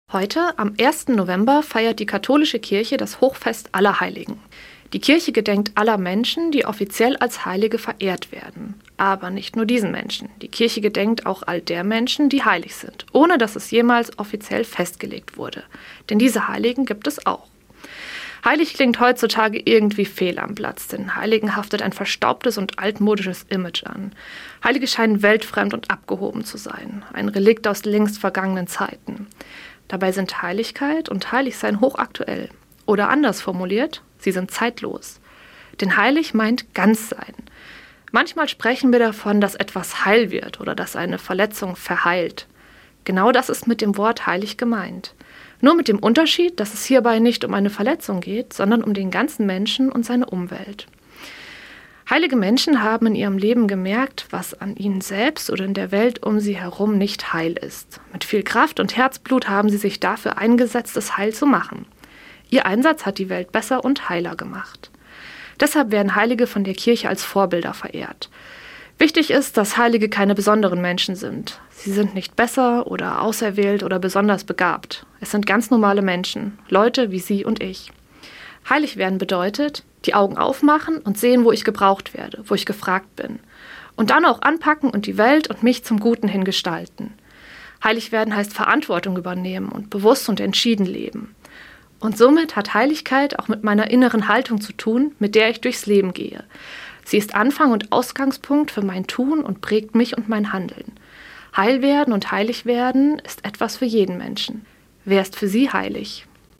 Heute, am 1. November, feiert die katholische Kirche das Hochfest aller Heiligen. Die Kirche gedenkt aller Menschen, die offiziell als Heilige verehrt werden. Aber nicht nur diesen Menschen. Die Kirche gedenkt auch all der Menschen, die heilig sind, ohne dass es jemals offiziell festgelegt wurde. Denn diese Heiligen gibt es auch. Heilig klingt heutzutage irgendwie fehl am Platz, denn Heiligen haftet ein verstaubtes und altmodisches Image an. Heilige scheinen weltfremd und abgehoben zu sein, ein Relikt aus längst vergangenen Zeiten. Dabei sind Heiligkeit und Heiligsein hochaktuell. Oder anders formuliert, sie sind zeitlos. Denn heilig meint ganz sein. Manchmal sprechen wir davon, dass etwas heil wird oder dass eine Verletzung verheilt. Genau das ist mit dem Wort heilig gemeint. Nur mit dem Unterschied, dass es hierbei nicht um eine Verletzung geht, sondern um den ganzen Menschen und seine Umwelt. Heilige Menschen haben in ihrem Leben gemerkt, was an ihnen selbst oder in der Welt um sie herum nicht heil ist. Mit viel Kraft und Herzblut haben sie sich dafür eingesetzt, es heil zu machen. Ihr Einsatz hat die Welt besser und heiler gemacht. Deshalb werden Heilige von der Kirche als Vorbilder verehrt. Wichtig ist, dass Heilige keine besonderen Menschen sind. Sie sind nicht besser oder auserwählt oder besonders begabt. Es sind ganz normale Menschen, Leute wie Sie und ich. Heilig werden bedeutet, die Augen aufmachen und sehen, wo ich gebraucht werde, wo ich gefragt bin. Und dann auch anpacken und die Welt und mich zum Guten hin gestalten. Heilig werden heißt Verantwortung übernehmen und bewusst und entschieden leben. Und somit hat Heiligkeit auch mit meiner inneren Haltung zu tun, mit der ich durchs Leben gehe. Sie ist Anfang und Ausgangspunkt für mein Tun und prägt mich und mein Handeln. Heil werden und heilig werden ist etwas für jeden Menschen. Wer ist für Sie heilig?